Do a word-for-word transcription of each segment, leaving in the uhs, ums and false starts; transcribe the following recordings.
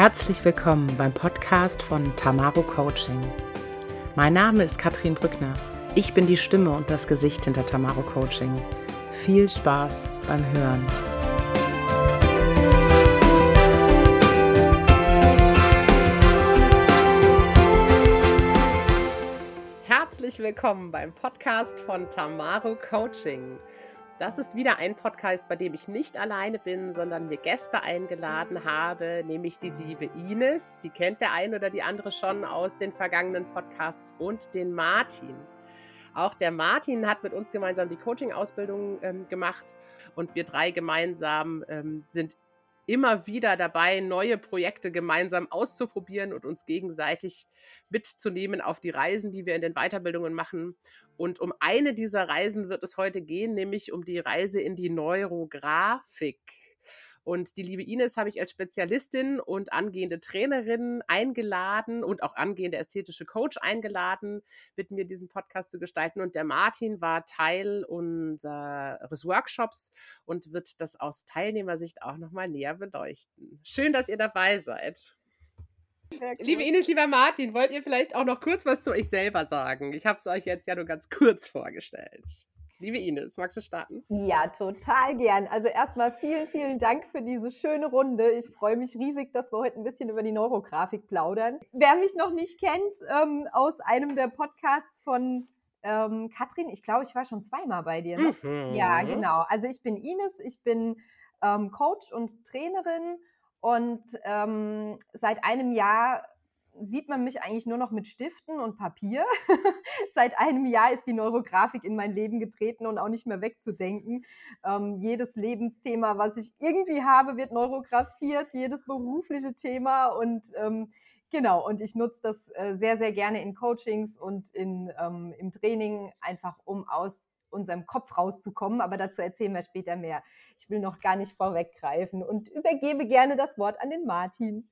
Herzlich willkommen beim Podcast von Tamaro Coaching. Mein Name ist Katrin Brückner. Ich bin die Stimme und das Gesicht hinter Tamaro Coaching. Viel Spaß beim Hören. Herzlich willkommen beim Podcast von Tamaro Coaching. Das ist wieder ein Podcast, bei dem ich nicht alleine bin, sondern mir Gäste eingeladen habe, nämlich die liebe Ines, die kennt der eine oder die andere schon aus den vergangenen Podcasts, und den Martin. Auch der Martin hat mit uns gemeinsam die Coaching-Ausbildung ähm, gemacht und wir drei gemeinsam ähm, sind immer wieder dabei, neue Projekte gemeinsam auszuprobieren und uns gegenseitig mitzunehmen auf die Reisen, die wir in den Weiterbildungen machen. Und um eine dieser Reisen wird es heute gehen, nämlich um die Reise in die Neurografik. Und die liebe Ines habe ich als Spezialistin und angehende Trainerin eingeladen und auch angehende ästhetische Coach eingeladen, mit mir diesen Podcast zu gestalten. Und der Martin war Teil unseres Workshops und wird das aus Teilnehmersicht auch nochmal näher beleuchten. Schön, dass ihr dabei seid. Cool. Liebe Ines, lieber Martin, wollt ihr vielleicht auch noch kurz was zu euch selber sagen? Ich habe es euch jetzt ja nur ganz kurz vorgestellt. Liebe Ines, magst du starten? Ja, total gern. Also erstmal vielen, vielen Dank für diese schöne Runde. Ich freue mich riesig, dass wir heute ein bisschen über die Neurografik plaudern. Wer mich noch nicht kennt, ähm, aus einem der Podcasts von ähm, Katrin, ich glaube, ich war schon zweimal bei dir, ne? Mhm. Ja, genau. Also ich bin Ines, ich bin ähm, Coach und Trainerin und ähm, seit einem Jahr sieht man mich eigentlich nur noch mit Stiften und Papier. Seit einem Jahr ist die Neurografik in mein Leben getreten und auch nicht mehr wegzudenken. Ähm, jedes Lebensthema, was ich irgendwie habe, wird neurografiert, jedes berufliche Thema und ähm, genau, und ich nutze das äh, sehr, sehr gerne in Coachings und in, ähm, im Training, einfach um aus unserem Kopf rauszukommen, aber dazu erzählen wir später mehr. Ich will noch gar nicht vorweggreifen und übergebe gerne das Wort an den Martin.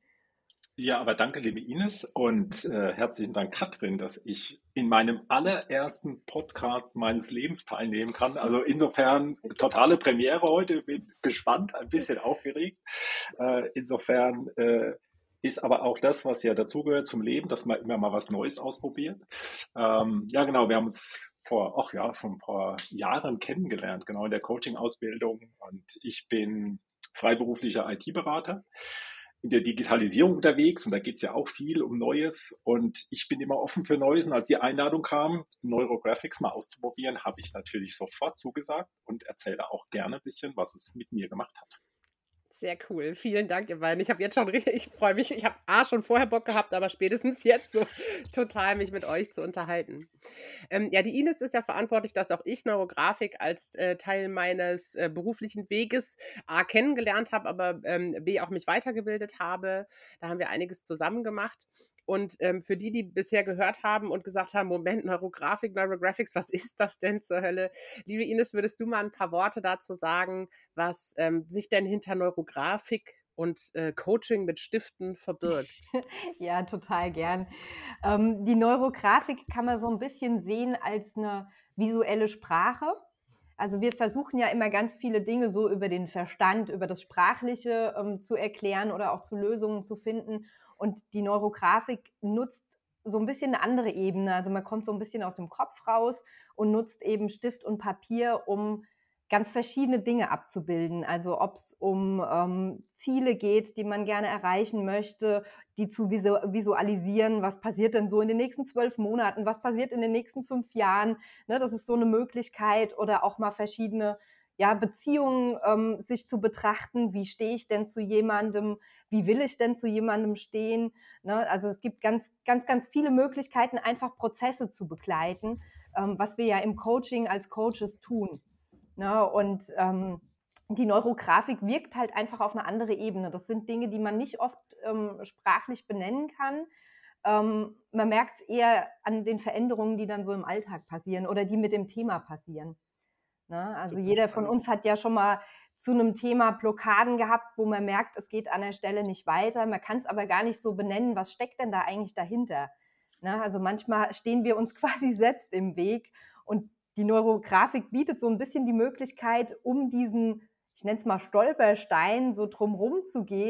Ja, aber danke, liebe Ines, und äh, herzlichen Dank, Katrin, dass ich in meinem allerersten Podcast meines Lebens teilnehmen kann. Also insofern totale Premiere heute, bin gespannt, ein bisschen aufgeregt. Äh, insofern äh, ist aber auch das, was ja dazugehört zum Leben, dass man immer mal was Neues ausprobiert. Ähm, ja, genau, wir haben uns vor, ach ja, schon vor Jahren kennengelernt, genau in der Coaching-Ausbildung, und ich bin freiberuflicher I T-Berater in der Digitalisierung unterwegs, und da geht es ja auch viel um Neues, und ich bin immer offen für Neues, und als die Einladung kam, Neurographics mal auszuprobieren, habe ich natürlich sofort zugesagt und erzähle auch gerne ein bisschen, was es mit mir gemacht hat. Sehr cool. Vielen Dank, ihr beiden. Ich habe jetzt schon richtig, ich freue mich, ich habe A, schon vorher Bock gehabt, aber spätestens jetzt so total mich mit euch zu unterhalten. Ähm, ja, die Ines ist ja verantwortlich, dass auch ich Neurografik als äh, Teil meines äh, beruflichen Weges A, kennengelernt habe, aber ähm, B, auch mich weitergebildet habe. Da haben wir einiges zusammen gemacht. Und ähm, für die, die bisher gehört haben und gesagt haben, Moment, Neurografik, Neurographics, was ist das denn zur Hölle? Liebe Ines, würdest du mal ein paar Worte dazu sagen, was ähm, sich denn hinter Neurografik und äh, Coaching mit Stiften verbirgt? Ja, total gern. Ähm, die Neurografik kann man so ein bisschen sehen als eine visuelle Sprache. Also wir versuchen ja immer ganz viele Dinge so über den Verstand, über das Sprachliche ähm, zu erklären oder auch zu Lösungen zu finden. Und die Neurografik nutzt so ein bisschen eine andere Ebene. Also man kommt so ein bisschen aus dem Kopf raus und nutzt eben Stift und Papier, um ganz verschiedene Dinge abzubilden. Also ob es um ähm, Ziele geht, die man gerne erreichen möchte, die zu visu- visualisieren, was passiert denn so in den nächsten zwölf Monaten, was passiert in den nächsten fünf Jahren. Ne, das ist so eine Möglichkeit, oder auch mal verschiedene ja, Beziehungen ähm, sich zu betrachten. Wie stehe ich denn zu jemandem? Wie will ich denn zu jemandem stehen? Ne, also es gibt ganz, ganz, ganz viele Möglichkeiten, einfach Prozesse zu begleiten, ähm, was wir ja im Coaching als Coaches tun. Ne? Und ähm, die Neurografik wirkt halt einfach auf eine andere Ebene. Das sind Dinge, die man nicht oft ähm, sprachlich benennen kann. Ähm, man merkt es eher an den Veränderungen, die dann so im Alltag passieren oder die mit dem Thema passieren. Ne? Also Super jeder von spannend. uns hat ja schon mal zu einem Thema Blockaden gehabt, wo man merkt, es geht an der Stelle nicht weiter. Man kann es aber gar nicht so benennen, was steckt denn da eigentlich dahinter? Ne? Also manchmal stehen wir uns quasi selbst im Weg, und die Neurografik bietet so ein bisschen die Möglichkeit, um diesen, ich nenne es mal Stolperstein, so drumherum zu gehen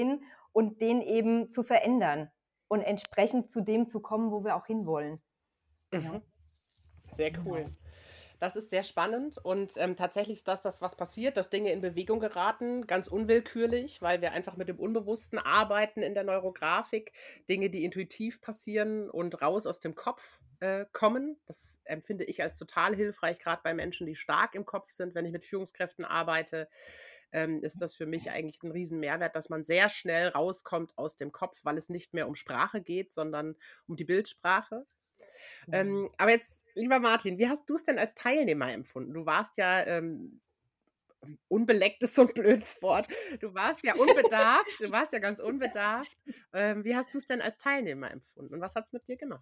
und den eben zu verändern und entsprechend zu dem zu kommen, wo wir auch hinwollen. Ja, Mhm. Sehr cool. genau. Das ist sehr spannend und ähm, tatsächlich ist das das, was passiert, dass Dinge in Bewegung geraten, ganz unwillkürlich, weil wir einfach mit dem Unbewussten arbeiten in der Neurografik, Dinge, die intuitiv passieren und raus aus dem Kopf äh, kommen. Das empfinde ich als total hilfreich, gerade bei Menschen, die stark im Kopf sind. Wenn ich mit Führungskräften arbeite, ähm, ist das für mich eigentlich ein riesen Mehrwert, dass man sehr schnell rauskommt aus dem Kopf, weil es nicht mehr um Sprache geht, sondern um die Bildsprache. Genau. Ähm, aber jetzt, lieber Martin, wie hast du es denn als Teilnehmer empfunden? Du warst ja, ähm, unbeleckt ist so ein blödes Wort. Du warst ja unbedarft, du warst ja ganz unbedarft. Ähm, wie hast du es denn als Teilnehmer empfunden und was hat es mit dir gemacht?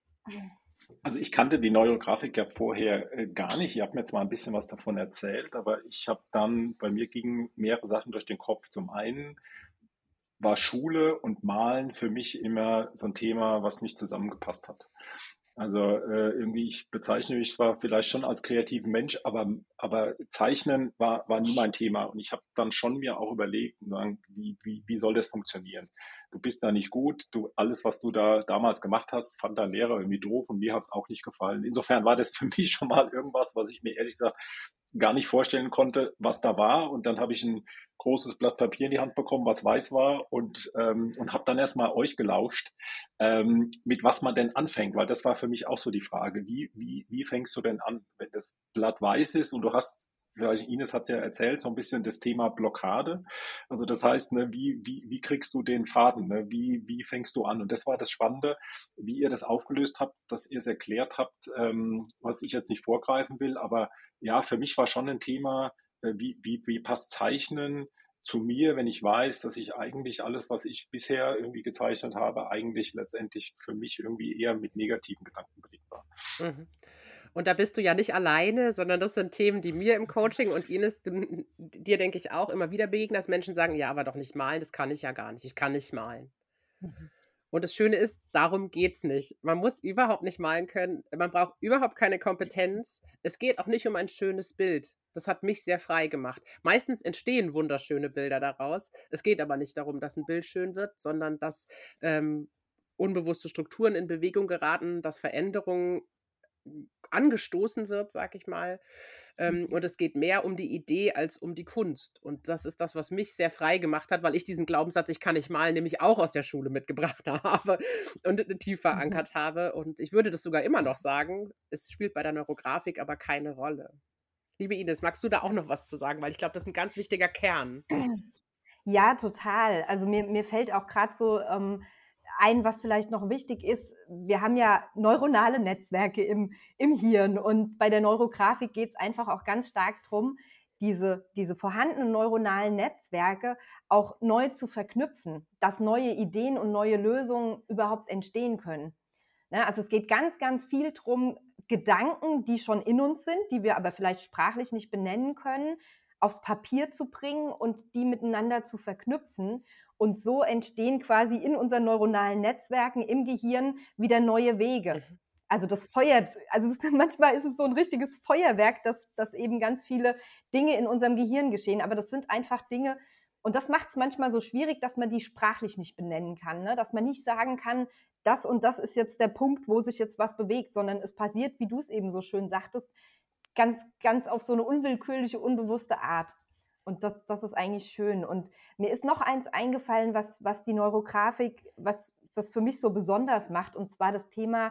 Also ich kannte die Neurografik ja vorher äh, gar nicht. Ihr habt mir jetzt mal ein bisschen was davon erzählt, aber ich habe dann, bei mir gingen mehrere Sachen durch den Kopf. Zum einen war Schule und Malen für mich immer so ein Thema, was nicht zusammengepasst hat. Also äh, irgendwie, ich bezeichne mich zwar vielleicht schon als kreativen Mensch, aber, aber Zeichnen war, war nie mein Thema. Und ich habe dann schon mir auch überlegt, wie, wie, wie soll das funktionieren? Du bist da nicht gut, du, alles, was du da damals gemacht hast, fand dein Lehrer irgendwie doof und mir hat es auch nicht gefallen. Insofern war das für mich schon mal irgendwas, was ich mir ehrlich gesagt gar nicht vorstellen konnte, was da war. Und dann habe ich ein großes Blatt Papier in die Hand bekommen, was weiß war und, ähm, und habe dann erstmal euch gelauscht, ähm, mit was man denn anfängt, weil das war für mich auch so die Frage, wie, wie, wie fängst du denn an, wenn das Blatt weiß ist und du hast, vielleicht Ines hat es ja erzählt, so ein bisschen das Thema Blockade. Also das heißt, ne, wie, wie, wie kriegst du den Faden, ne? wie, wie fängst du an? Und das war das Spannende, wie ihr das aufgelöst habt, dass ihr es erklärt habt, ähm, was ich jetzt nicht vorgreifen will, aber ja, für mich war schon ein Thema, äh, wie, wie, wie passt Zeichnen zu mir, wenn ich weiß, dass ich eigentlich alles, was ich bisher irgendwie gezeichnet habe, eigentlich letztendlich für mich irgendwie eher mit negativen Gedanken belegt war. Mhm. Und da bist du ja nicht alleine, sondern das sind Themen, die mir im Coaching und Ines, du, dir denke ich auch immer wieder begegnen, dass Menschen sagen, ja, aber doch nicht malen, das kann ich ja gar nicht, ich kann nicht malen. Mhm. Und das Schöne ist, darum geht's nicht. Man muss überhaupt nicht malen können. Man braucht überhaupt keine Kompetenz. Es geht auch nicht um ein schönes Bild. Das hat mich sehr frei gemacht. Meistens entstehen wunderschöne Bilder daraus. Es geht aber nicht darum, dass ein Bild schön wird, sondern dass ähm, unbewusste Strukturen in Bewegung geraten, dass Veränderungen angestoßen wird, sag ich mal. Ähm, und es geht mehr um die Idee als um die Kunst. Und das ist das, was mich sehr frei gemacht hat, weil ich diesen Glaubenssatz, ich kann nicht malen, nämlich auch aus der Schule mitgebracht habe und tief Mhm. verankert habe. Und ich würde das sogar immer noch sagen, es spielt bei der Neurografik aber keine Rolle. Liebe Ines, magst du da auch noch was zu sagen? Weil ich glaube, das ist ein ganz wichtiger Kern. Ja, total. Also mir, mir fällt auch gerade so ähm, ein, was vielleicht noch wichtig ist. Wir haben ja neuronale Netzwerke im, im Hirn und bei der Neurografik geht es einfach auch ganz stark darum, diese, diese vorhandenen neuronalen Netzwerke auch neu zu verknüpfen, dass neue Ideen und neue Lösungen überhaupt entstehen können. Ne? Also es geht ganz, ganz viel darum, Gedanken, die schon in uns sind, die wir aber vielleicht sprachlich nicht benennen können, aufs Papier zu bringen und die miteinander zu verknüpfen. Und so entstehen quasi in unseren neuronalen Netzwerken im Gehirn wieder neue Wege. Mhm. Also das feuert, also es, manchmal ist es so ein richtiges Feuerwerk, dass, dass eben ganz viele Dinge in unserem Gehirn geschehen. Aber das sind einfach Dinge, und das macht es manchmal so schwierig, dass man die sprachlich nicht benennen kann. Ne? Dass man nicht sagen kann, das und das ist jetzt der Punkt, wo sich jetzt was bewegt, sondern es passiert, wie du es eben so schön sagtest, ganz, ganz auf so eine unwillkürliche, unbewusste Art. Und das, das ist eigentlich schön. Und mir ist noch eins eingefallen, was, was die Neurografik, was das für mich so besonders macht, und zwar das Thema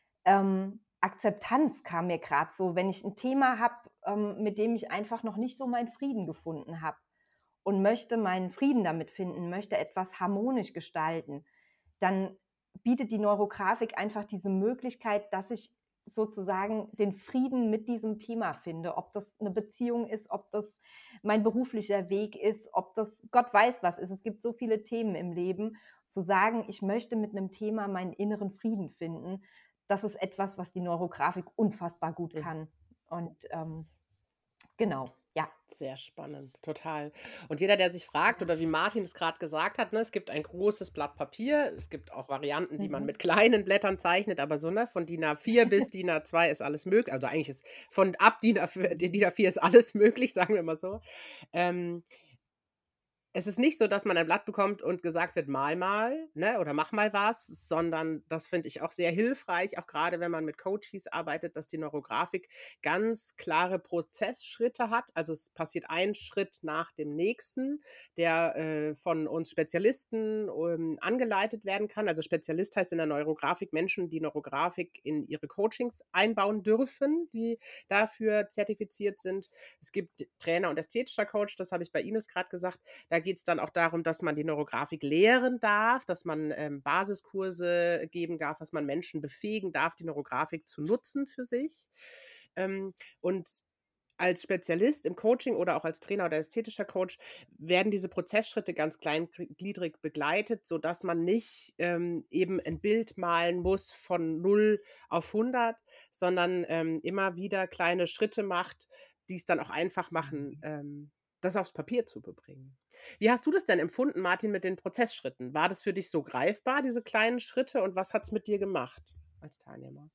ähm, Akzeptanz kam mir gerade so, wenn ich ein Thema habe, ähm, mit dem ich einfach noch nicht so meinen Frieden gefunden habe und möchte meinen Frieden damit finden, möchte etwas harmonisch gestalten, dann bietet die Neurografik einfach diese Möglichkeit, dass ich sozusagen den Frieden mit diesem Thema finde. Ob das eine Beziehung ist, ob das mein beruflicher Weg ist, ob das Gott weiß was ist. Es gibt so viele Themen im Leben. Zu sagen, ich möchte mit einem Thema meinen inneren Frieden finden, das ist etwas, was die Neurografik unfassbar gut Mhm. kann. Und ähm, genau, ja. Sehr spannend, total. Und jeder, der sich fragt, oder wie Martin es gerade gesagt hat, ne, es gibt ein großes Blatt Papier, es gibt auch Varianten, die man Mhm. mit kleinen Blättern zeichnet, aber so, ne, von DIN A vier bis DIN A zwei ist alles möglich. Also eigentlich ist von ab DIN A vier, DIN A vier ist alles möglich, sagen wir mal so. Ähm, Es ist nicht so, dass man ein Blatt bekommt und gesagt wird: „Mal mal“, ne, oder „Mach mal was“, sondern das finde ich auch sehr hilfreich, auch gerade wenn man mit Coaches arbeitet, dass die Neurografik ganz klare Prozessschritte hat. Also, es passiert ein Schritt nach dem nächsten, der, äh, von uns Spezialisten, ähm, angeleitet werden kann. Also, Spezialist heißt in der Neurografik Menschen, die Neurografik in ihre Coachings einbauen dürfen, die dafür zertifiziert sind. Es gibt Trainer und ästhetischer Coach, das habe ich bei Ines grad gesagt. Da geht's dann auch darum, dass man die Neurografik lehren darf, dass man, ähm, Basiskurse geben darf, dass man Menschen befähigen darf, die Neurografik zu nutzen für sich. Ähm, und als Spezialist im Coaching oder auch als Trainer oder ästhetischer Coach werden diese Prozessschritte ganz kleingliedrig begleitet, sodass man nicht, ähm, eben ein Bild malen muss von null auf hundert, sondern, ähm, immer wieder kleine Schritte macht, die es dann auch einfach machen, ähm, das aufs Papier zu bebringen. Wie hast du das denn empfunden, Martin, mit den Prozessschritten? War das für dich so greifbar, diese kleinen Schritte, und was hat's mit dir gemacht als Teilnehmer?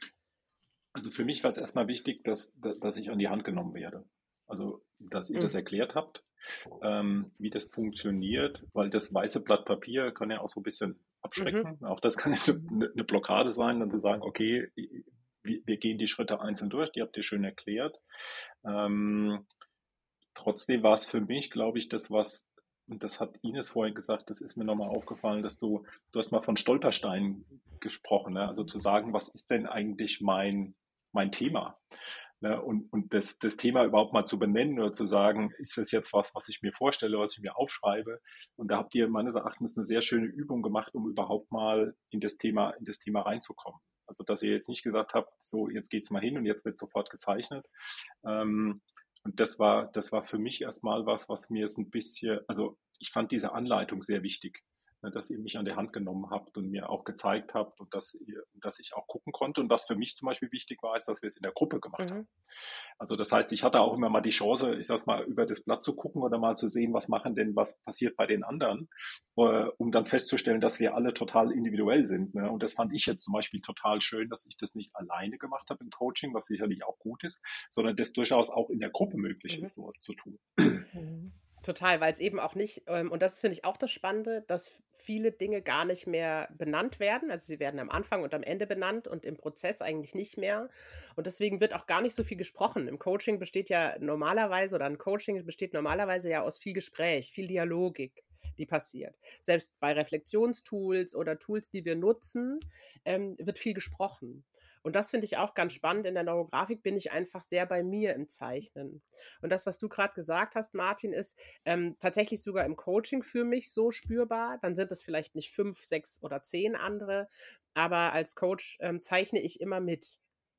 Also für mich war es erstmal wichtig, dass, da- dass ich an die Hand genommen werde. Also, dass ihr das Mhm. erklärt habt, ähm, wie das funktioniert, weil das weiße Blatt Papier kann ja auch so ein bisschen Mhm. abschrecken. Auch das kann eine, eine Blockade sein, dann zu sagen, okay, wir, wir gehen die Schritte einzeln durch, die habt ihr schön erklärt. Ähm, Trotzdem war es für mich, glaube ich, das, was, und das hat Ines vorhin gesagt, das ist mir nochmal aufgefallen, dass du, du hast mal von Stolpersteinen gesprochen, ne? Also zu sagen, was ist denn eigentlich mein, mein Thema? Ne? Und, und das, das Thema überhaupt mal zu benennen oder zu sagen, ist das jetzt was, was ich mir vorstelle, was ich mir aufschreibe? Und da habt ihr meines Erachtens eine sehr schöne Übung gemacht, um überhaupt mal in das Thema, in das Thema reinzukommen. Also, dass ihr jetzt nicht gesagt habt, so, jetzt geht's mal hin und jetzt wird sofort gezeichnet, ähm, und das war, das war für mich erstmal was, was mir es ein bisschen, also ich fand diese Anleitung sehr wichtig, ne, dass ihr mich an der Hand genommen habt und mir auch gezeigt habt und dass ihr, dass ich auch gucken konnte. Und was für mich zum Beispiel wichtig war, ist, dass wir es in der Gruppe gemacht haben. Mhm. Also das heißt, ich hatte auch immer mal die Chance, ich sag's mal, über das Blatt zu gucken oder mal zu sehen, was machen denn, was passiert bei den anderen, äh, um dann festzustellen, dass wir alle total individuell sind. Ne? Und das fand ich jetzt zum Beispiel total schön, dass ich das nicht alleine gemacht habe im Coaching, was sicherlich auch gut ist, sondern das durchaus auch in der Gruppe möglich Mhm. ist, sowas zu tun. Mhm. Total, weil es eben auch nicht, ähm, und das finde ich auch das Spannende, dass viele Dinge gar nicht mehr benannt werden. Also sie werden am Anfang und am Ende benannt und im Prozess eigentlich nicht mehr. Und deswegen wird auch gar nicht so viel gesprochen. Im Coaching besteht ja normalerweise, oder ein Coaching besteht normalerweise ja aus viel Gespräch, viel Dialogik, die passiert. Selbst bei Reflexionstools oder Tools, die wir nutzen, ähm, wird viel gesprochen. Und das finde ich auch ganz spannend. In der Neurografik bin ich einfach sehr bei mir im Zeichnen. Und das, was du gerade gesagt hast, Martin, ist, ähm, tatsächlich sogar im Coaching für mich so spürbar. Dann sind es vielleicht nicht fünf, sechs oder zehn andere, aber als Coach ähm, zeichne ich immer mit,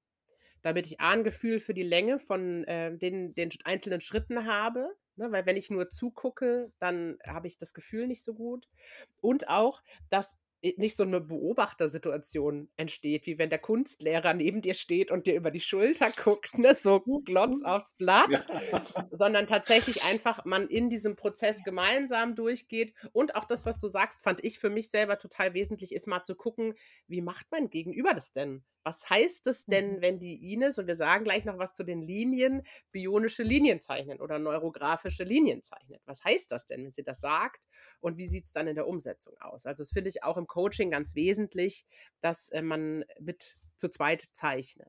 damit ich A, ein Gefühl für die Länge von äh, den, den einzelnen Schritten habe. Ne? Weil wenn ich nur zugucke, dann habe ich das Gefühl nicht so gut. Und auch, dass i- nicht so eine Beobachtersituation entsteht, wie wenn der Kunstlehrer neben dir steht und dir über die Schulter guckt, ne? So Glotz aufs Blatt, Ja. sondern tatsächlich einfach man in diesem Prozess gemeinsam durchgeht. Und auch das, was du sagst, fand ich für mich selber total wesentlich, ist mal zu gucken, wie macht mein Gegenüber das denn? Was heißt es denn, Mhm. wenn die Ines, und wir sagen gleich noch was zu den Linien, bionische Linien zeichnen oder neurografische Linien zeichnet? Was heißt das denn, wenn sie das sagt? Und wie sieht es dann in der Umsetzung aus? Also das finde ich auch im Coaching ganz wesentlich, dass äh, man mit zu zweit zeichnet.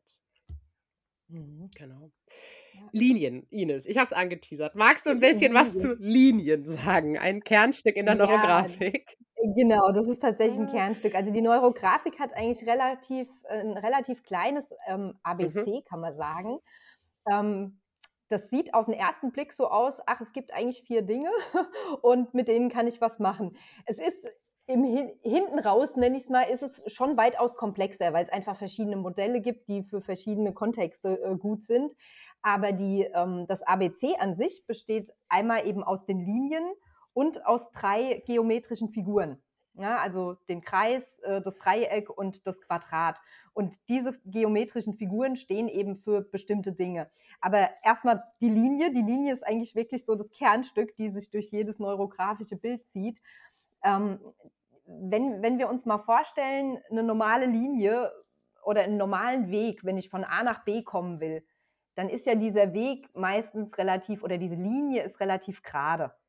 Mhm. Genau. Ja. Linien, Ines, ich habe es angeteasert. Magst du ein bisschen was Linien. zu Linien sagen? Ein Kernstück in der Ja, Neurografik. genau, das ist tatsächlich 'n Ah. Kernstück. Also, die Neurografik hat eigentlich relativ äh, 'n relativ kleines, ähm, Mhm. A B C, kann man sagen. Ähm, Das sieht auf 'n ersten Blick so aus: „Ach, es gibt eigentlich vier Dinge und mit denen kann ich was machen." Es ist im Hin hinten raus, nenne ich's mal, ist es schon weitaus komplexer, weil's einfach verschiedene Modelle gibt, die für verschiedene Kontexte, äh, gut sind. Aber die ähm, das A B C an sich besteht einmal eben aus den Linien und aus drei geometrischen Figuren. Ja, also den Kreis, äh, das Dreieck und das Quadrat. Und diese geometrischen Figuren stehen eben für bestimmte Dinge. Aber erstmal die Linie. Die Linie ist eigentlich wirklich so das Kernstück, die sich durch jedes neurografische Bild zieht. Ähm, wenn, wenn wir uns mal vorstellen, eine normale Linie oder einen normalen Weg, wenn ich von A nach B kommen will, dann ist ja dieser Weg meistens relativ, oder diese Linie ist relativ gerade.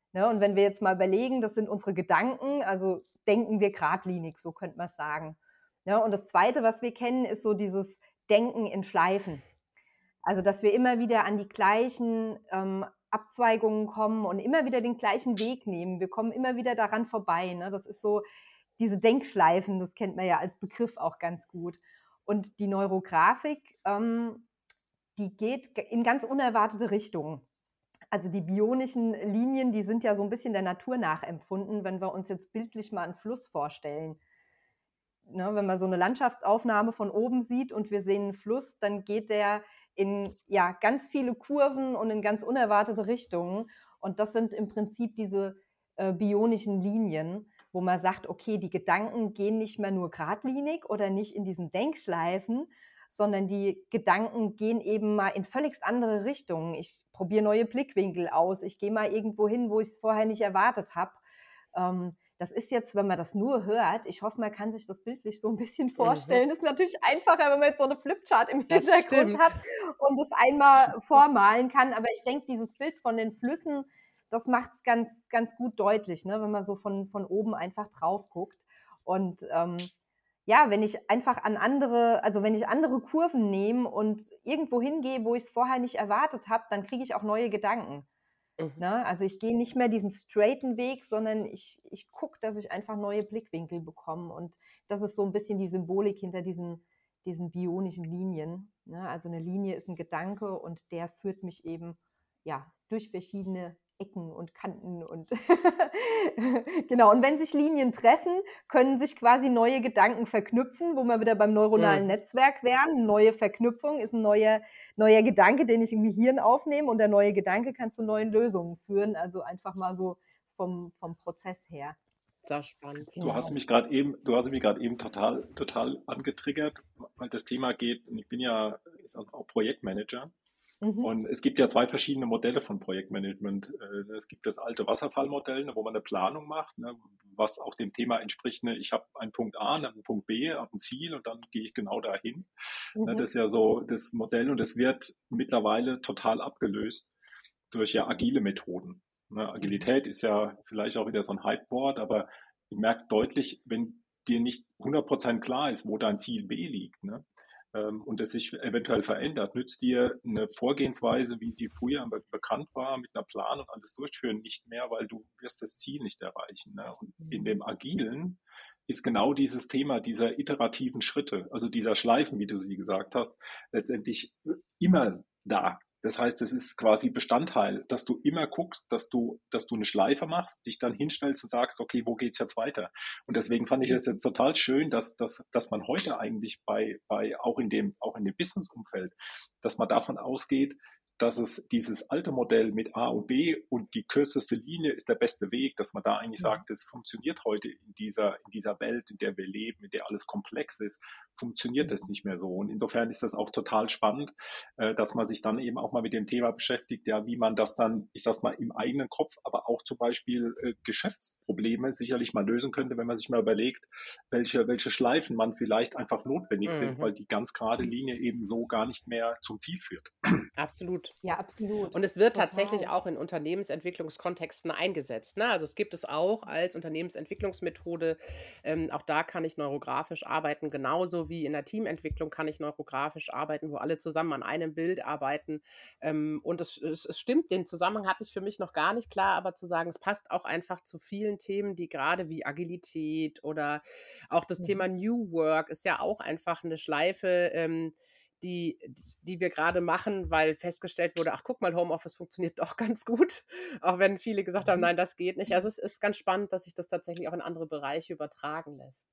Ne? Und wenn wir jetzt mal überlegen, das sind unsere Gedanken, also denken wir geradlinig, so könnte man es sagen. Ne? Und das Zweite, was wir kennen, ist so dieses Denken in Schleifen. Also dass wir immer wieder an die gleichen ähm, Abzweigungen kommen und immer wieder den gleichen Weg nehmen. Wir kommen immer wieder daran vorbei. Ne? Das ist so diese Denkschleifen, das kennt man ja als Begriff auch ganz gut. Und die Neurografik, ähm, die geht in ganz unerwartete Richtungen. Also die bionischen Linien, die sind ja so ein bisschen der Natur nachempfunden, wenn wir uns jetzt bildlich mal einen Fluss vorstellen. Ne, wenn man so eine Landschaftsaufnahme von oben sieht und wir sehen einen Fluss, dann geht der in ja, ganz viele Kurven und in ganz unerwartete Richtungen. Und das sind im Prinzip diese äh, bionischen Linien, wo man sagt, okay, die Gedanken gehen nicht mehr nur geradlinig oder nicht in diesen Denkschleifen, sondern die Gedanken gehen eben mal in völlig andere Richtungen. Ich probiere neue Blickwinkel aus, ich gehe mal irgendwo hin, wo ich es vorher nicht erwartet habe. Ähm, das ist jetzt, wenn man das nur hört, ich hoffe, man kann sich das bildlich so ein bisschen Mhm. vorstellen. Das ist natürlich einfacher, wenn man jetzt so eine Flipchart im Das Hintergrund stimmt. hat und das einmal vormalen kann. Aber ich denke, dieses Bild von den Flüssen, das macht es ganz, ganz gut deutlich, ne? Wenn man so von, von oben einfach drauf guckt. Und ähm, ja, wenn ich einfach an andere, also wenn ich andere Kurven nehme und irgendwo hingehe, wo ich es vorher nicht erwartet habe, dann kriege ich auch neue Gedanken. Mhm. Ne? Also ich gehe nicht mehr diesen straighten Weg, sondern ich, ich gucke, dass ich einfach neue Blickwinkel bekomme. Und das ist so ein bisschen die Symbolik hinter diesen, diesen bionischen Linien. Ne? Also eine Linie ist ein Gedanke und der führt mich eben ja, durch verschiedene Ecken und Kanten und genau. Und wenn sich Linien treffen, können sich quasi neue Gedanken verknüpfen, wo wir wieder beim neuronalen Mhm. Netzwerk wären. Neue Verknüpfung ist ein neuer, neuer Gedanke, den ich im Gehirn aufnehme und der neue Gedanke kann zu neuen Lösungen führen. Also einfach mal so vom, vom Prozess her. Sehr spannend. Du hast Genau. mich gerade eben, du hast mich gerade eben total, total angetriggert, weil das Thema geht, und ich bin ja ist also auch Projektmanager. Mhm. Und es gibt ja zwei verschiedene Modelle von Projektmanagement. Äh, Es gibt das alte Wasserfallmodell, ne, wo man eine Planung macht, ne, was auch dem Thema entspricht. Ne, ich habe einen Punkt A, einen Punkt B, habe ein Ziel und dann gehe ich genau dahin. Ne, Mhm. das ist ja so das Modell und es wird mittlerweile total abgelöst durch ja agile Methoden. Ne, Agilität ist ja vielleicht auch wieder so ein Hype-Wort, aber ich merke deutlich, wenn dir nicht hundert Prozent klar ist, wo dein Ziel B liegt, ne, ähm, und es sich eventuell verändert, nützt dir eine Vorgehensweise, wie sie früher be bekannt war, mit einer Planung alles durchführen, nicht mehr, weil du wirst das Ziel nicht erreichen. Ne? Und in dem Agilen ist genau dieses Thema dieser iterativen Schritte, also dieser Schleifen, wie du sie gesagt hast, letztendlich immer da. Das heißt, es ist quasi Bestandteil, dass du immer guckst, dass du, dass du eine Schleife machst, dich dann hinstellst und sagst, okay, wo geht's jetzt weiter? Und deswegen fand ich es jetzt total schön, dass, dass, dass man heute eigentlich bei, bei auch in dem, auch in dem Business-Umfeld, dass man davon ausgeht, dass es dieses alte Modell mit A und B und die kürzeste Linie ist der beste Weg, dass man da eigentlich sagt, es funktioniert heute in dieser, in dieser Welt, in der wir leben, in der alles komplex ist, funktioniert das nicht mehr so. Und insofern ist das auch total spannend, äh, dass man sich dann eben auch mal mit dem Thema beschäftigt, ja, wie man das dann, ich sag's mal, im eigenen Kopf, aber auch zum Beispiel äh, Geschäftsprobleme sicherlich mal lösen könnte, wenn man sich mal überlegt, welche, welche Schleifen man vielleicht einfach notwendig sind, Mhm. weil die ganz gerade Linie eben so gar nicht mehr zum Ziel führt. Absolut. Ja, absolut. Und es wird Total. tatsächlich auch in Unternehmensentwicklungskontexten eingesetzt, ne? Also, es gibt es auch als Unternehmensentwicklungsmethode. Ähm, auch da kann ich neurografisch arbeiten, genauso wie in der Teamentwicklung kann ich neurografisch arbeiten, wo alle zusammen an einem Bild arbeiten. Ähm, und es es es stimmt, den Zusammenhang hatte ich für mich noch gar nicht klar, aber zu sagen, es passt auch einfach zu vielen Themen, die gerade wie Agilität oder auch das Thema Mhm. New Work ist ja auch einfach eine Schleife, ähm, die die wir gerade machen, weil festgestellt wurde: „Ach, guck mal, Homeoffice funktioniert doch ganz gut“, auch wenn viele gesagt haben: Mhm. „Nein, das geht nicht.“ Also, es ist ganz spannend, dass sich das tatsächlich auch in andere Bereiche übertragen lässt.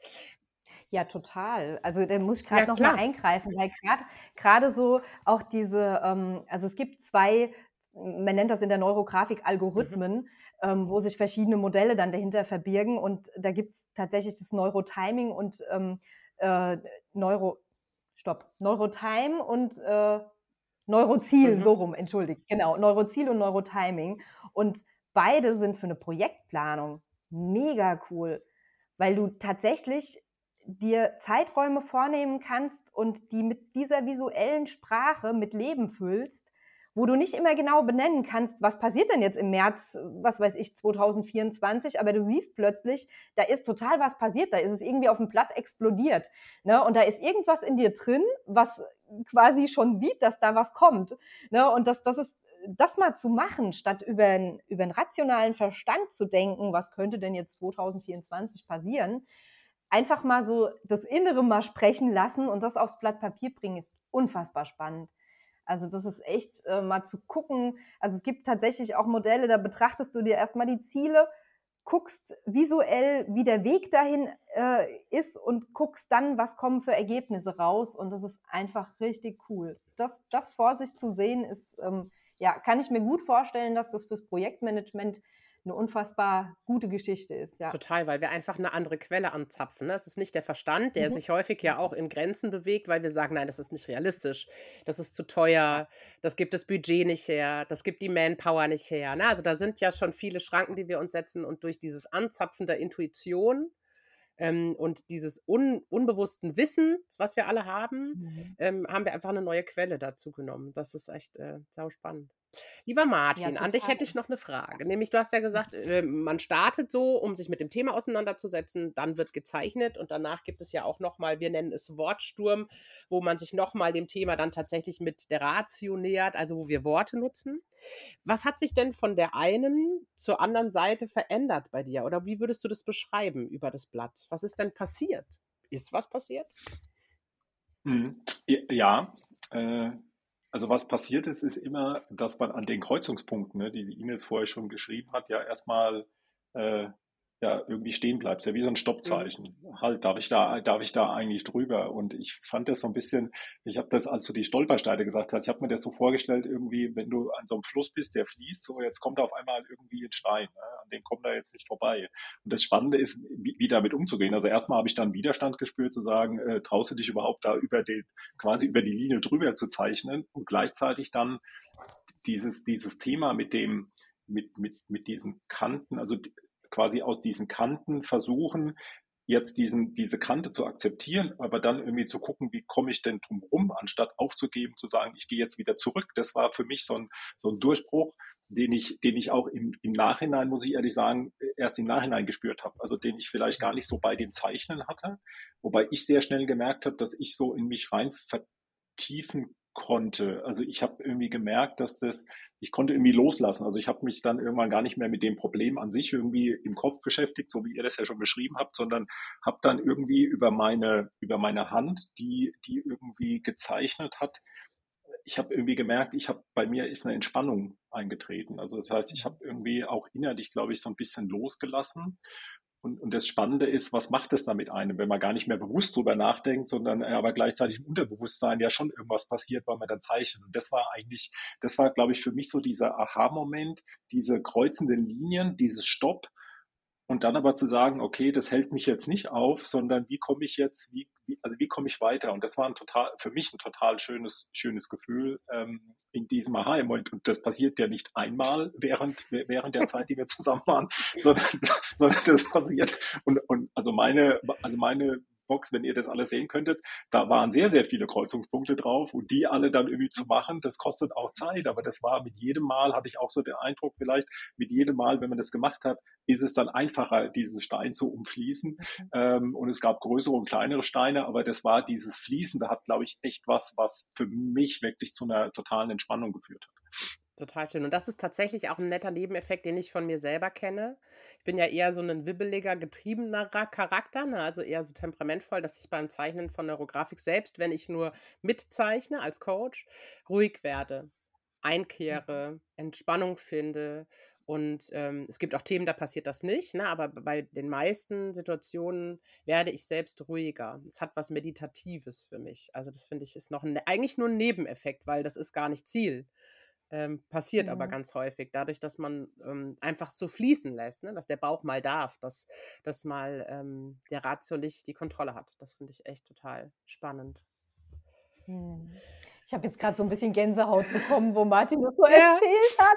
Ja, total. Also, da muss ich Ja, grad noch mal klar. eingreifen, weil grad grade so auch diese ähm, also, es gibt zwei, man nennt das in der Neurografik Mhm. Algorithmen, ähm, wo sich verschiedene Modelle dann dahinter verbirgen und da gibt's tatsächlich das Neurotiming und, ähm, äh, Neuro stopp, Neurotime und, äh, Neuroziel, Mhm. so rum, entschuldigt, genau, Neuroziel und Neurotiming und beide sind für 'ne Projektplanung mega cool, weil du tatsächlich dir Zeiträume vornehmen kannst und die mit dieser visuellen Sprache mit Leben füllst wo du nicht immer genau benennen kannst, was passiert denn jetzt im März, was weiß ich, zwanzig vierundzwanzig, aber du siehst plötzlich, da ist total was passiert, da ist es irgendwie auf dem Blatt explodiert, ne? Und da ist irgendwas in dir drin, was quasi schon sieht, dass da was kommt, ne? Und das, das ist das mal zu machen, statt über einen, über einen rationalen Verstand zu denken, was könnte denn jetzt zwanzig vierundzwanzig passieren, einfach mal so das Innere mal sprechen lassen und das aufs Blatt Papier bringen, ist unfassbar spannend. Also das ist echt äh, mal zu gucken. Also es gibt tatsächlich auch Modelle, da betrachtest du dir erstmal die Ziele, guckst visuell, wie der Weg dahin äh, ist und guckst dann, was kommen für Ergebnisse raus. Und das ist einfach richtig cool. Das, das vor sich zu sehen, ist, ähm, ja, kann ich mir gut vorstellen, dass das fürs Projektmanagement eine unfassbar gute Geschichte ist, ja. Total, weil wir einfach eine andere Quelle anzapfen, ne? Es ist nicht der Verstand, der Mhm. sich häufig ja auch in Grenzen bewegt, weil wir sagen: „Nein, das ist nicht realistisch. Das ist zu Ja. teuer. Das gibt das Budget nicht her. Das gibt die Manpower nicht her“, ne? Also, da sind ja schon viele Schranken, die wir uns setzen und durch dieses Anzapfen der Intuition, ähm, und dieses un unbewussten Wissens, was wir alle haben, Mhm. ähm, haben wir einfach eine neue Quelle dazu genommen. Das ist echt, äh, sauspannend. Lieber Ja, Martin, an dich total. hätte ich noch eine Frage. Nämlich, du hast ja gesagt, äh, man startet so, um sich mit dem Thema auseinanderzusetzen, dann wird gezeichnet und danach gibt es ja auch noch mal, wir nennen es Wortsturm, wo man sich noch mal dem Thema dann tatsächlich mit der Ratio nähert, also wo wir Worte nutzen. Was hat sich denn von der einen zur anderen Seite verändert bei dir? Oder wie würdest du das beschreiben über das Blatt? Was ist denn passiert? Ist was passiert? Mhm. Ja, äh, also was passiert ist, ist immer, dass man an den Kreuzungspunkten, ne, die die Ines vorher schon geschrieben hat, ja erstmal äh, ja irgendwie stehen bleibt. Ist ja wie so ein Mhm. Stoppzeichen. Halt, darf ich da, darf ich da eigentlich drüber? Und ich fand das so ein bisschen, ich habe das, als du die Stolpersteine gesagt hast, ich habe mir das so vorgestellt, irgendwie, wenn du an so einem Fluss bist, der fließt, so jetzt kommt auf einmal irgendwie ein Stein, ne, an den kommt er jetzt nicht vorbei. Und das Spannende ist, wie, wie damit umzugehen. Also erstmal habe ich dann Widerstand gespürt, zu sagen, äh, traust du dich überhaupt da über den, quasi über die Linie drüber zu zeichnen und gleichzeitig dann dieses, dieses Thema mit dem, mit, mit, mit diesen Kanten, also quasi aus diesen Kanten versuchen, jetzt diesen, diese Kante zu akzeptieren, aber dann irgendwie zu gucken, wie komme ich denn drum rum, anstatt aufzugeben, zu sagen, ich gehe jetzt wieder zurück. Das war für mich so ein, so ein Durchbruch, den ich, den ich auch im, im Nachhinein, muss ich ehrlich sagen, erst im Nachhinein gespürt habe. Also den ich vielleicht gar nicht so bei dem Zeichnen hatte, wobei ich sehr schnell gemerkt habe, dass ich so in mich rein vertiefen konnte. Also ich habe irgendwie gemerkt, dass das, ich konnte irgendwie loslassen. Also ich habe mich dann irgendwann gar nicht mehr mit dem Problem an sich irgendwie im Kopf beschäftigt, so wie ihr das ja schon beschrieben habt, sondern habe dann irgendwie über meine, über meine Hand, die, die irgendwie gezeichnet hat, ich habe irgendwie gemerkt, ich habe bei mir ist eine Entspannung eingetreten. Also das heißt, ich habe irgendwie auch innerlich, glaube ich, so ein bisschen losgelassen. Und, und das Spannende ist, was macht es da mit einem, wenn man gar nicht mehr bewusst drüber nachdenkt, sondern äh, aber gleichzeitig im Unterbewusstsein ja schon irgendwas passiert, weil man dann zeichnet. Und das war eigentlich, das war, glaube ich, für mich so dieser Aha-Moment, diese kreuzenden Linien, dieses Stopp. Und dann aber zu sagen, okay, das hält mich jetzt nicht auf, sondern wie komme ich jetzt, wie, wie, also wie komme ich weiter? Und das war ein total, für mich ein total schönes, schönes Gefühl ähm, in diesem Aha-Moment. Und das passiert ja nicht einmal während, während der Zeit, die wir zusammen waren, sondern, sondern das passiert. Und, und also meine, also meine Box, wenn ihr das alles sehen könntet, da waren sehr, sehr viele Kreuzungspunkte drauf und die alle dann irgendwie zu machen, das kostet auch Zeit, aber das war mit jedem Mal, hatte ich auch so den Eindruck vielleicht, mit jedem Mal, wenn man das gemacht hat, ist es dann einfacher, diesen Stein zu umfließen. Ähm, und es gab größere und kleinere Steine, aber das war dieses Fließen, da hat, glaube ich, echt was, was für mich wirklich zu einer totalen Entspannung geführt hat. Total schön. Und das ist tatsächlich auch ein netter Nebeneffekt, den ich von mir selber kenne. Ich bin ja eher so ein wibbeliger, getriebenerer Charakter, ne, also eher so temperamentvoll, dass ich beim Zeichnen von Neurografik selbst, wenn ich nur mitzeichne als Coach, ruhig werde, einkehre, Entspannung finde. Und, ähm, es gibt auch Themen, da passiert das nicht, ne, aber bei den meisten Situationen werde ich selbst ruhiger. Es hat was Meditatives für mich. Also, das finde ich, ist noch 'n eigentlich nur ein Nebeneffekt, weil das ist gar nicht Ziel. Ähm, passiert aber Mhm. ganz häufig, dadurch, dass man, ähm, einfach so fließen lässt, ne, dass der Bauch mal darf, dass dass mal, ähm, der Ratio nicht die Kontrolle hat. Das finde ich echt total spannend. Mhm. Ich habe jetzt gerade so ein bisschen Gänsehaut bekommen, wo Martin das so Ja, erzählt hat.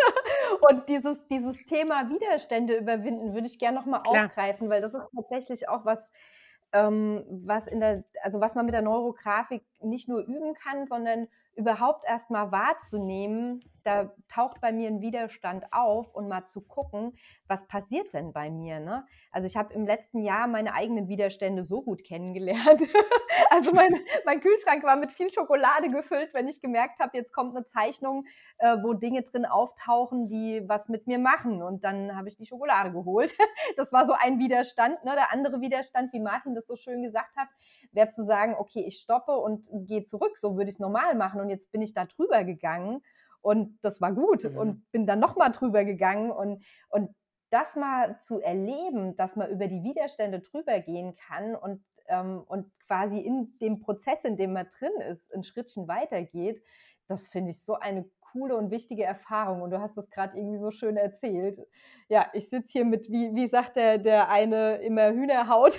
Und dieses dieses Thema Widerstände überwinden würde ich gerne noch mal klar. aufgreifen, weil das ist tatsächlich auch was, ähm, was in der also, was man mit der Neurografik nicht nur üben kann, sondern überhaupt erst mal wahrzunehmen, da taucht bei mir ein Widerstand auf und mal zu gucken, was passiert denn bei mir, ne? Also, ich habe im letzten Jahr meine eigenen Widerstände so gut kennengelernt. Also, mein mein Kühlschrank war mit viel Schokolade gefüllt, wenn ich gemerkt habe, jetzt kommt eine Zeichnung, äh, wo Dinge drin auftauchen, die was mit mir machen, und dann habe ich die Schokolade geholt. Das war so ein Widerstand, ne? Der andere Widerstand, wie Martin das so schön gesagt hat, wäre zu sagen, okay, ich stoppe und gehe zurück, so würde ich es normal machen, und jetzt bin ich da drüber gegangen und das war gut Mhm. und bin dann nochmal drüber gegangen, und, und das mal zu erleben, dass man über die Widerstände drüber gehen kann und, ähm, und quasi in dem Prozess, in dem man drin ist, ein Schrittchen weitergeht, das finde ich so eine coole und wichtige Erfahrung, und du hast das gerade irgendwie so schön erzählt. Ja, ich sitze hier mit, wie, wie sagt der, der eine immer, Hühnerhaut.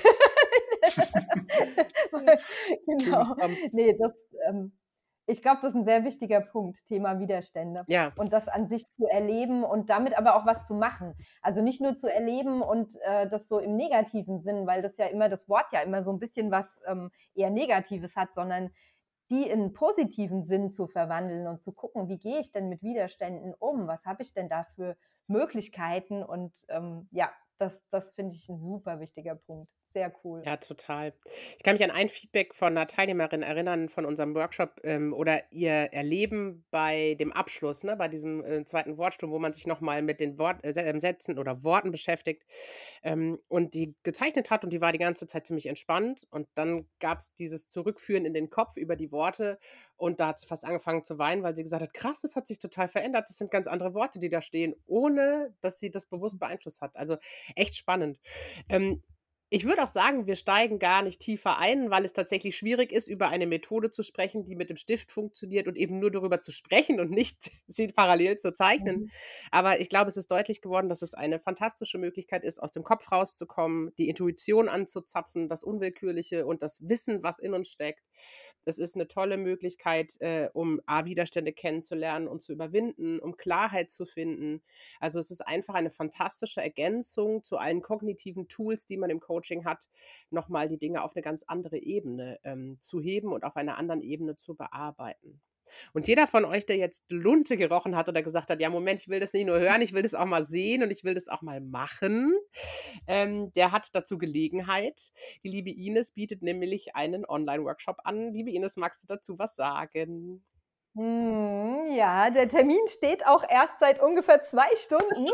Genau. Goosebumps. Nee, das, ähm, ich glaube, das ist ein sehr wichtiger Punkt, Thema Widerstände. Ja, Und das an sich zu erleben und damit aber auch was zu machen. Also nicht nur zu erleben und äh, das so im negativen Sinn, weil das ja immer, das Wort ja immer so ein bisschen was ähm, eher Negatives hat, sondern die in einen positiven Sinn zu verwandeln und zu gucken, wie gehe ich denn mit Widerständen um? Was habe ich denn da für Möglichkeiten? Und ähm, ja, das, das finde ich ein super wichtiger Punkt. Sehr cool. ja, total. Ich kann mich an ein Feedback von einer Teilnehmerin erinnern von unserem Workshop ähm, oder ihr Erleben bei dem Abschluss, ne, bei diesem äh, zweiten Wortsturm, wo man sich nochmal mit den Wort, äh, Se- Sätzen oder Worten beschäftigt ähm, und die gezeichnet hat und die war die ganze Zeit ziemlich entspannt und dann gab es dieses Zurückführen in den Kopf über die Worte und da hat sie fast angefangen zu weinen, weil sie gesagt hat, krass, das hat sich total verändert, das sind ganz andere Worte, die da stehen, ohne dass sie das bewusst beeinflusst hat. Also echt spannend. Ähm, Ich würde auch sagen, wir steigen gar nicht tiefer ein, weil es tatsächlich schwierig ist, über eine Methode zu sprechen, die mit dem Stift funktioniert und eben nur darüber zu sprechen und nicht sie parallel zu zeichnen. Mhm. Aber ich glaube, es ist deutlich geworden, dass es eine fantastische Möglichkeit ist, aus dem Kopf rauszukommen, die Intuition anzuzapfen, das Unwillkürliche und das Wissen, was in uns steckt. Das ist eine tolle Möglichkeit, äh, um A, Widerstände kennenzulernen und zu überwinden, um Klarheit zu finden. Also es ist einfach eine fantastische Ergänzung zu allen kognitiven Tools, die man im Coaching hat, nochmal die Dinge auf eine ganz andere Ebene ähm, zu heben und auf einer anderen Ebene zu bearbeiten. Und jeder von euch, der jetzt Lunte gerochen hat oder gesagt hat, ja, Moment, ich will das nicht nur hören, ich will das auch mal sehen und ich will das auch mal machen, ähm, der hat dazu Gelegenheit. Die liebe Ines bietet nämlich einen Online-Workshop an. Liebe Ines, magst du dazu was sagen? Mhm, ja, der Termin steht auch erst seit ungefähr zwei Stunden.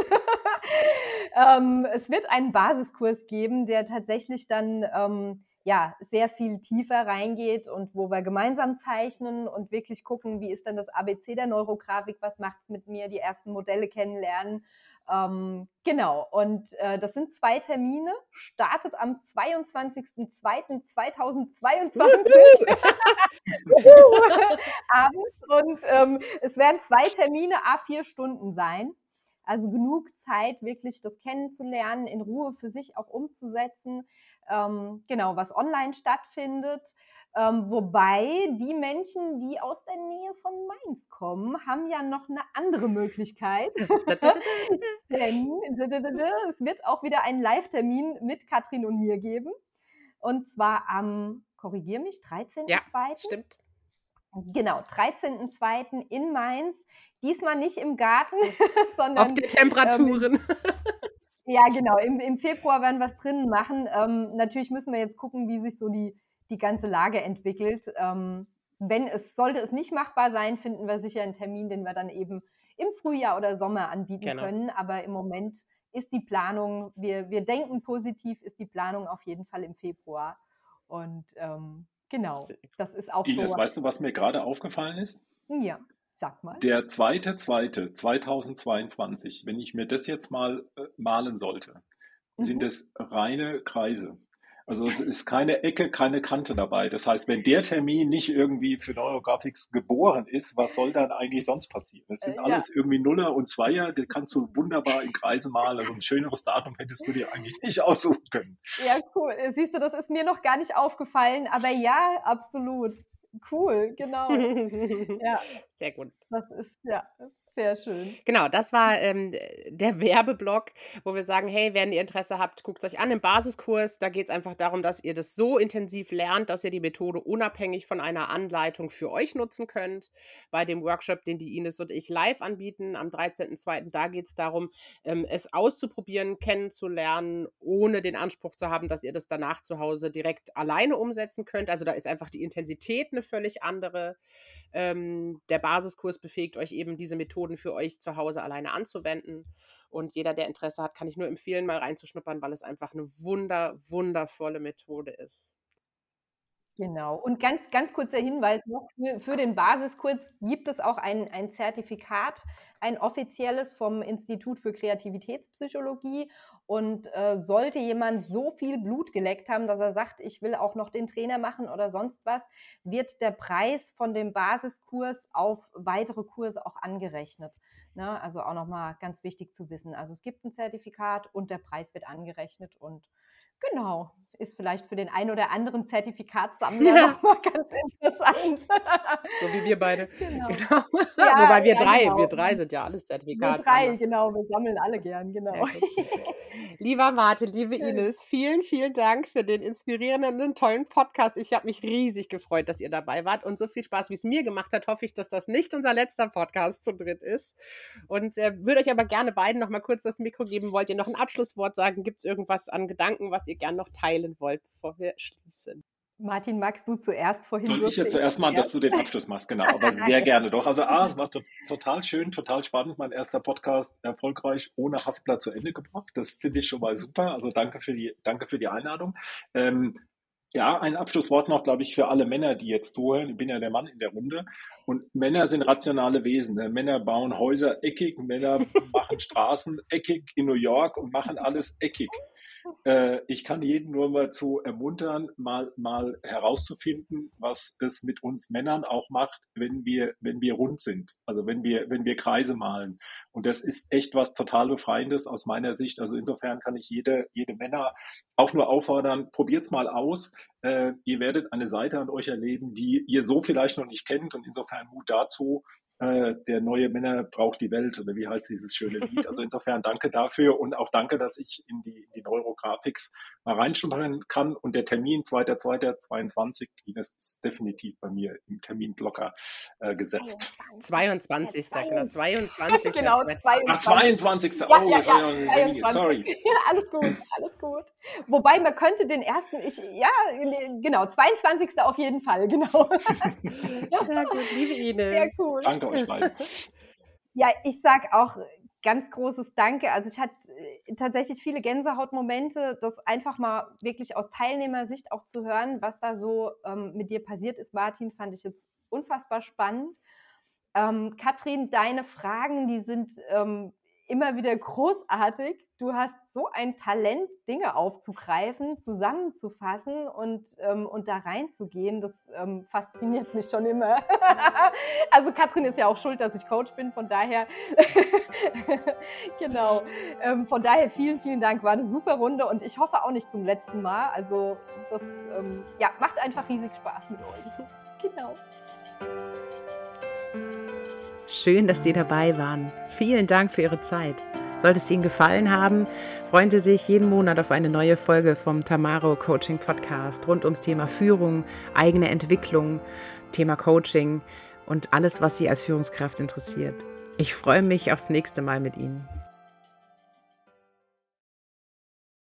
Ähm, es wird einen Basiskurs geben, der tatsächlich dann ähm, ja, sehr viel tiefer reingeht und wo wir gemeinsam zeichnen und wirklich gucken, wie ist denn das A B C der Neurografik, was macht es mit mir, die ersten Modelle kennenlernen. Ähm, genau, und äh, das sind zwei Termine, startet am zweiundzwanzigsten zweiten zweitausendzweiundzwanzig abends, und ähm, es werden zwei Termine à vier Stunden sein. Also genug Zeit, wirklich das kennenzulernen, in Ruhe für sich auch umzusetzen. Ähm, genau, was online stattfindet. Ähm, wobei die Menschen, die aus der Nähe von Mainz kommen, haben ja noch eine andere Möglichkeit. Denn es wird auch wieder einen Live-Termin mit Katrin und mir geben. Und zwar am, korrigier mich, dreizehnten Ja, zweiten stimmt. Genau, dreizehnten zweiten in Mainz. Diesmal nicht im Garten, Ob sondern der ähm, Temperaturen. ja, genau, im, im Februar werden wir es drinnen machen. Ähm, natürlich müssen wir jetzt gucken, wie sich so die, die ganze Lage entwickelt. Ähm, wenn es, sollte es nicht machbar sein, finden wir sicher einen Termin, den wir dann eben im Frühjahr oder Sommer anbieten Genau. können. Aber im Moment ist die Planung, wir, wir denken positiv, ist die Planung auf jeden Fall im Februar. Und ähm, genau, das ist auch Ines, so. weißt du, was mir gerade aufgefallen ist? Ja, sag mal. Der zweite, zweite, zweitausendzweiundzwanzig, wenn ich mir das jetzt mal äh, malen sollte, sind Mhm. es reine Kreise. Also es ist keine Ecke, keine Kante dabei. Das heißt, wenn der Termin nicht irgendwie für Neurographics geboren ist, was soll dann eigentlich sonst passieren? Es sind Äh, ja, alles irgendwie Nuller und Zweier, die kannst du wunderbar in Kreise malen. Also ein schöneres Datum hättest du dir eigentlich nicht aussuchen können. ja, cool. Siehst du, das ist mir noch gar nicht aufgefallen, aber ja, absolut. Cool, genau. Ja, Sehr gut. das ist, ja. Sehr schön. Genau, das war ähm, der Werbeblock, wo wir sagen, hey, wenn ihr Interesse habt, guckt es euch an im Basiskurs. Da geht es einfach darum, dass ihr das so intensiv lernt, dass ihr die Methode unabhängig von einer Anleitung für euch nutzen könnt. Bei dem Workshop, den die Ines und ich live anbieten, am dreizehnten zweiten, da geht es darum, ähm, es auszuprobieren, kennenzulernen, ohne den Anspruch zu haben, dass ihr das danach zu Hause direkt alleine umsetzen könnt. Also da ist einfach die Intensität eine völlig andere. Ähm, der Basiskurs befähigt euch eben, diese Methoden für euch zu Hause alleine anzuwenden. Und jeder, der Interesse hat, kann ich nur empfehlen, mal reinzuschnuppern, weil es einfach eine wunder, wundervolle Methode ist. Genau. Und ganz, ganz kurzer Hinweis noch, für, für den Basiskurs gibt es auch ein, ein Zertifikat, ein offizielles vom Institut für Kreativitätspsychologie. Und äh, sollte jemand so viel Blut geleckt haben, dass er sagt, ich will auch noch den Trainer machen oder sonst was, wird der Preis von dem Basiskurs auf weitere Kurse auch angerechnet. Ne? Also auch nochmal ganz wichtig zu wissen. Also es gibt ein Zertifikat und der Preis wird angerechnet und genau, ist vielleicht für den einen oder anderen Zertifikatssammler Ja. nochmal ganz interessant. So wie wir beide. Genau. Genau. Ja, Wobei wir ja, drei, genau. wir drei sind ja alles Wir Zertifikatssammler. drei, genau, wir sammeln alle gern, genau. Sehr gut. Lieber Martin, liebe Schön. Ines, vielen, vielen Dank für den inspirierenden, tollen Podcast. Ich habe mich riesig gefreut, dass ihr dabei wart und so viel Spaß, wie es mir gemacht hat, hoffe ich, dass das nicht unser letzter Podcast zu dritt ist. Und äh, würde euch aber gerne beiden noch mal kurz das Mikro geben. Wollt ihr noch ein Abschlusswort sagen? Gibt es irgendwas an Gedanken, was ihr gerne noch teilen wollt, bevor wir schließen? Martin, magst du zuerst? Vorhin Soll ich durfte jetzt zuerst mal, dass zuerst. du den Abschluss machst? Genau, aber sehr gerne doch. Also A, es war to- total schön, total spannend. Mein erster Podcast erfolgreich ohne Haspler zu Ende gebracht. Das finde ich schon mal super. Also danke für die, danke für die Einladung. Ähm, ja, ein Abschlusswort noch, glaube ich, für alle Männer, die jetzt zuhören. Ich bin ja der Mann in der Runde. Und Männer sind rationale Wesen. Ne? Männer bauen Häuser eckig, Männer machen Straßen eckig in New York und machen alles eckig. Äh, ich kann jeden nur mal zu ermuntern, mal, mal herauszufinden, was es mit uns Männern auch macht, wenn wir, wenn wir rund sind. Also wenn wir, wenn wir Kreise malen. Und das ist echt was total Befreiendes aus meiner Sicht. Also insofern kann ich jede, jede Männer auch nur auffordern, probiert's mal aus. Äh, ihr werdet eine Seite an euch erleben, die ihr so vielleicht noch nicht kennt. Und insofern Mut dazu. Äh, der neue Männer braucht die Welt, oder wie heißt dieses schöne Lied? Also insofern danke dafür und auch danke, dass ich in die, in die Neurographics mal reinschnuppern kann. Und der Termin zweiter zweiter zweiundzwanzig, Ines, ist definitiv bei mir im Terminblocker äh, gesetzt. zweiundzwanzigsten Genau, zweiundzwanzigsten Genau, zweiundzwanzigsten Ach, zweiundzwanzigsten Ja, Oh, ja, jetzt ja, habe ich noch einen Termin. zweiundzwanzig. Sorry. Ja, alles gut, alles gut. Wobei, man könnte den ersten, ich, ja, genau, zweiundzwanzigsten auf jeden Fall, genau. Sehr gut, liebe Ines. Sehr cool. Danke euch beiden. Ja, ich sag auch ganz großes Danke. Also ich hatte äh, tatsächlich viele Gänsehautmomente, das einfach mal wirklich aus Teilnehmersicht auch zu hören, was da so ähm, mit dir passiert ist, Martin, fand ich jetzt unfassbar spannend. Ähm, Katrin, deine Fragen, die sind ähm, immer wieder großartig. Du hast so ein Talent, Dinge aufzugreifen, zusammenzufassen und, ähm, und da reinzugehen. Das ähm, fasziniert mich schon immer. Also Katrin ist ja auch schuld, dass ich Coach bin, von daher genau. Ähm, von daher vielen, vielen Dank. War eine super Runde und ich hoffe auch nicht zum letzten Mal. Also das ähm, ja, macht einfach riesig Spaß mit euch. Genau. Schön, dass Sie dabei waren. Vielen Dank für Ihre Zeit. Sollte es Ihnen gefallen haben, freuen Sie sich jeden Monat auf eine neue Folge vom Tamaro Coaching Podcast rund ums Thema Führung, eigene Entwicklung, Thema Coaching und alles, was Sie als Führungskraft interessiert. Ich freue mich aufs nächste Mal mit Ihnen.